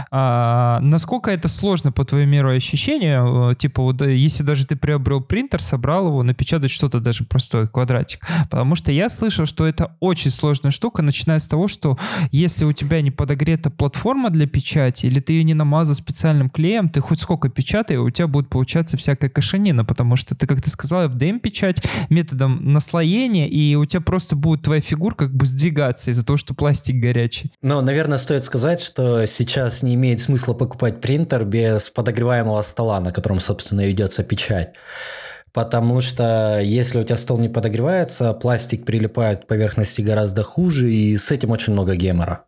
А, насколько это сложно, по твоему миру ощущения? Типа, вот, если даже ты приобрел принтер, собрал его, напечатать что-то, даже простой квадратик. Потому что я слышал, что это очень сложная штука, начиная с того, что если у тебя не подогрета платформа для печати, или ты ее не намазал специальным клеем, ты хоть сколько печатай, у тебя будет получаться всякая кашанина, потому что ты, как ты сказал, эф дэ эм-печать методом наслоения, и у тебя просто будет твоя фигурка как бы сдвигаться из-за того, что пластик горячий. Ну, наверное, стоит сказать, что сейчас не имеет смысла покупать принтер без подогреваемого стола, на котором, собственно, ведется печать. Потому что если у тебя стол не подогревается, пластик прилипает к поверхности гораздо хуже, и с этим очень много гемора.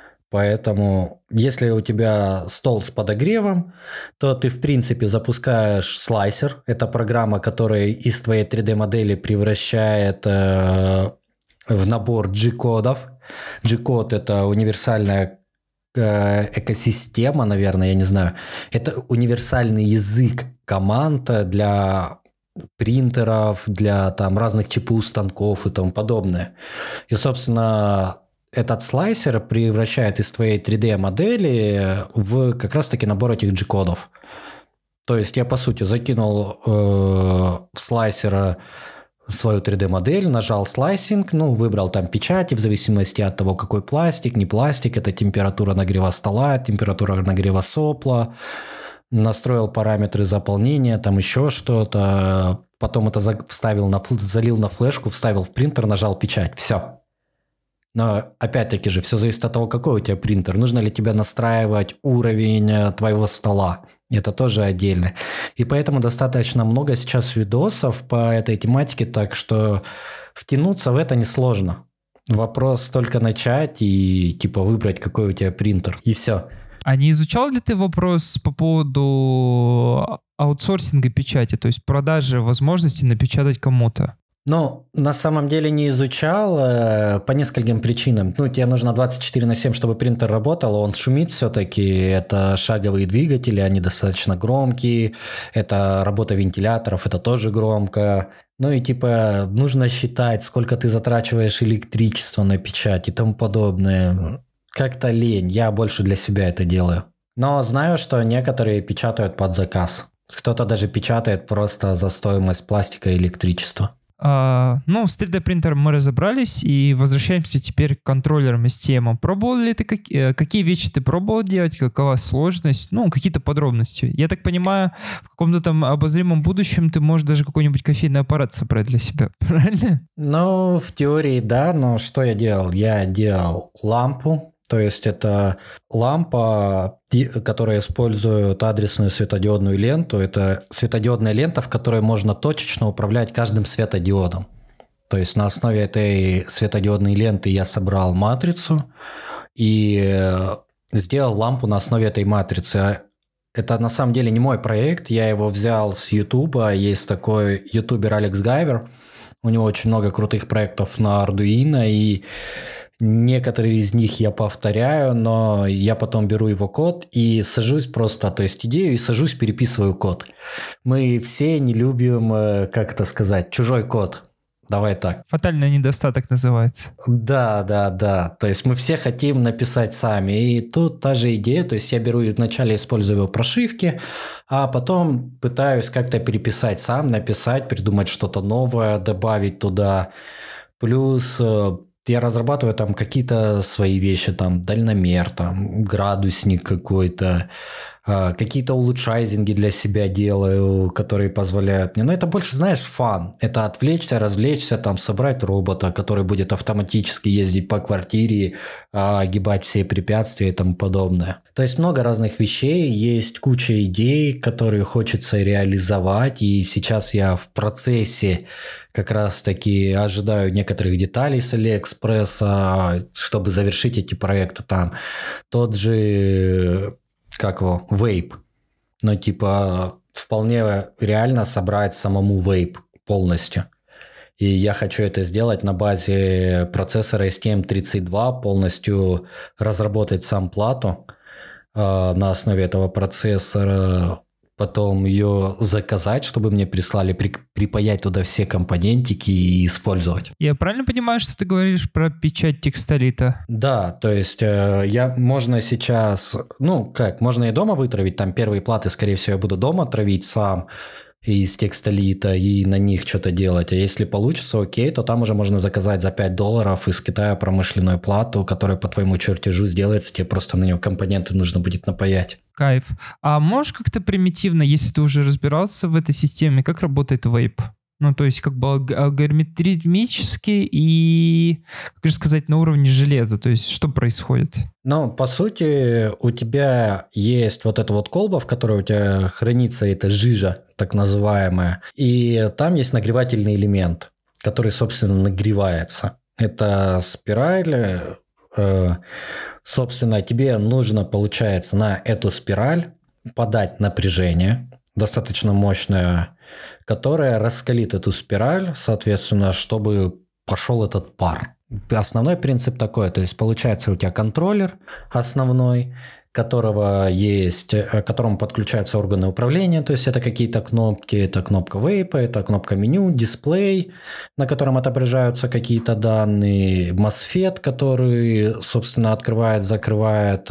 Поэтому, если у тебя стол с подогревом, то ты, в принципе, запускаешь слайсер. Это программа, которая из твоей три дэ-модели превращает э, в набор G-кодов. G-код – это универсальная э, экосистема, наверное, я не знаю. Это универсальный язык команд для принтеров, для там, разных чи пи ю-станков и тому подобное. И, собственно... Этот слайсер превращает из твоей три дэ-модели в как раз-таки набор этих G-кодов. То есть я, по сути, закинул э, в слайсер свою три дэ-модель, нажал слайсинг, ну, выбрал там печати в зависимости от того, какой пластик, не пластик, это температура нагрева стола, температура нагрева сопла, настроил параметры заполнения, там еще что-то, потом это вставил на, залил на флешку, вставил в принтер, нажал печать, все. Но опять-таки же все зависит от того, какой у тебя принтер. Нужно ли тебе настраивать уровень твоего стола. Это тоже отдельно. И поэтому достаточно много сейчас видосов по этой тематике, так что втянуться в это несложно. Вопрос только начать и типа выбрать, какой у тебя принтер. И все. А не изучал ли ты вопрос по поводу аутсорсинга печати, то есть продажи возможности напечатать кому-то? Ну, на самом деле не изучал э, по нескольким причинам. Ну, тебе нужно двадцать четыре на семь, чтобы принтер работал, он шумит все-таки, это шаговые двигатели, они достаточно громкие, это работа вентиляторов, это тоже громко. Ну и типа нужно считать, сколько ты затрачиваешь электричества на печать и тому подобное. Как-то лень, я больше для себя это делаю. Но знаю, что некоторые печатают под заказ. Кто-то даже печатает просто за стоимость пластика и электричества. Uh, ну, с три дэ-принтером мы разобрались, и возвращаемся теперь к контроллерам и системам. Пробовал ли ты, как, какие вещи ты пробовал делать, какова сложность, ну, какие-то подробности? Я так понимаю, в каком-то там обозримом будущем ты можешь даже какой-нибудь кофейный аппарат собрать для себя, правильно? Ну, в теории, да, но что я делал? Я делал лампу. То есть это лампа, которая использует адресную светодиодную ленту. Это светодиодная лента, в которой можно точечно управлять каждым светодиодом. То есть на основе этой светодиодной ленты я собрал матрицу и сделал лампу на основе этой матрицы. Это на самом деле не мой проект, я его взял с Ютуба. Есть такой ютубер Алекс Гайвер. У него очень много крутых проектов на Arduino, и некоторые из них я повторяю, но я потом беру его код и сажусь просто, то есть идею, и сажусь, переписываю код. Мы все не любим, как это сказать, чужой код. Давай так. Фатальный недостаток называется. Да, да, да. То есть мы все хотим написать сами. И тут та же идея. То есть я беру и вначале использую его прошивки, а потом пытаюсь как-то переписать сам, написать, придумать что-то новое, добавить туда. Плюс я разрабатываю там какие-то свои вещи, там дальномер, там градусник какой-то, какие-то улучшайзинги для себя делаю, которые позволяют мне. Но это больше, знаешь, фан. Это отвлечься, развлечься, там собрать робота, который будет автоматически ездить по квартире, огибать все препятствия и тому подобное. То есть много разных вещей, есть куча идей, которые хочется реализовать, и сейчас я в процессе как раз-таки ожидаю некоторых деталей с Алиэкспресса, чтобы завершить эти проекты там. Тот же... как его, вейп. Ну, типа, вполне реально собрать самому вейп полностью. И я хочу это сделать на базе процессора эс ти эм тридцать два, полностью разработать сам плату э, на основе этого процессора, потом ее заказать, чтобы мне прислали, при, припаять туда все компонентики и использовать. Я правильно понимаю, что ты говоришь про печать текстолита? Да, то есть э, я, можно сейчас, ну как, можно и дома вытравить, там первые платы, скорее всего, я буду дома травить сам из текстолита и на них что-то делать. А если получится, окей, то там уже можно заказать за пять долларов из Китая промышленную плату, которая по твоему чертежу сделается, тебе просто на нее компоненты нужно будет напаять. Кайф. А можешь как-то примитивно, если ты уже разбирался в этой системе, как работает вейп? Ну, то есть как бы алгоритмически и, как же сказать, на уровне железа. То есть что происходит? Ну, по сути, у тебя есть вот эта вот колба, в которой у тебя хранится эта жижа, так называемая. И там есть нагревательный элемент, который, собственно, нагревается. Это спираль. Э, собственно, тебе нужно, получается, на эту спираль подать напряжение, достаточно мощное, которая раскалит эту спираль, соответственно, чтобы пошел этот пар. Основной принцип такой, то есть получается у тебя контроллер основной, которого есть, к которому подключаются органы управления, то есть это какие-то кнопки, это кнопка вейпа, это кнопка меню, дисплей, на котором отображаются какие-то данные, мосфет, который, собственно, открывает, закрывает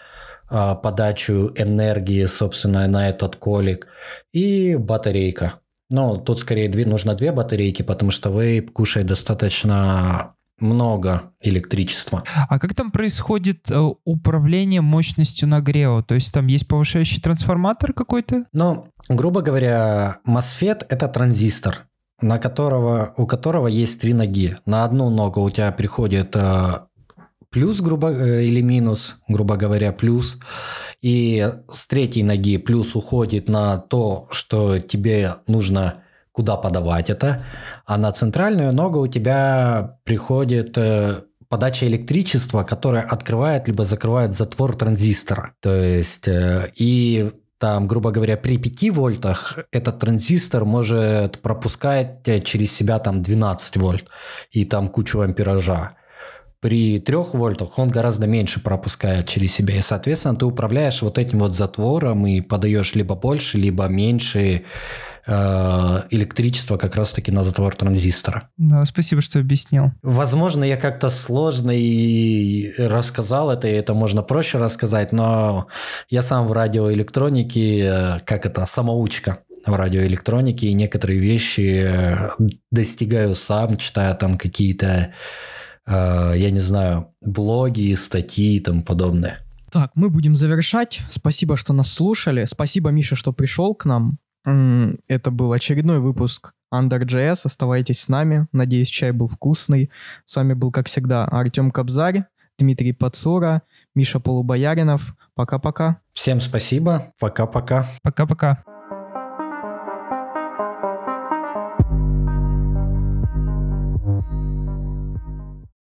подачу энергии, собственно, на этот колик, и батарейка. Ну, тут скорее две, нужно две батарейки, потому что вейп кушает достаточно много электричества. А как там происходит э, управление мощностью нагрева? То есть там есть повышающий трансформатор какой-то? Ну, грубо говоря, мосфет – это транзистор, на которого, у которого есть три ноги. На одну ногу у тебя приходит э, плюс, грубо или минус, грубо говоря, плюс. И с третьей ноги плюс уходит на то, что тебе нужно куда подавать это. А на центральную ногу у тебя приходит подача электричества, которая открывает либо закрывает затвор транзистора. То есть, и там, грубо говоря, при пяти вольтах этот транзистор может пропускать через себя там двенадцать вольт и там кучу ампеража. При трех вольтах он гораздо меньше пропускает через себя. И, соответственно, ты управляешь вот этим вот затвором и подаешь либо больше, либо меньше э, электричества как раз-таки на затвор транзистора. Да, спасибо, что объяснил. Возможно, я как-то сложно и рассказал это, и это можно проще рассказать, но я сам в радиоэлектронике, как это, самоучка в радиоэлектронике, и некоторые вещи достигаю сам, читая там какие-то, я не знаю, блоги, статьи и тому подобное. Так, мы будем завершать. Спасибо, что нас слушали. Спасибо, Миша, что пришел к нам. Это был очередной выпуск Under.js. Оставайтесь с нами. Надеюсь, чай был вкусный. С вами был, как всегда, Артем Кобзарь, Дмитрий Пацура, Миша Полубояринов. Пока-пока. Всем спасибо. Пока-пока. Пока-пока.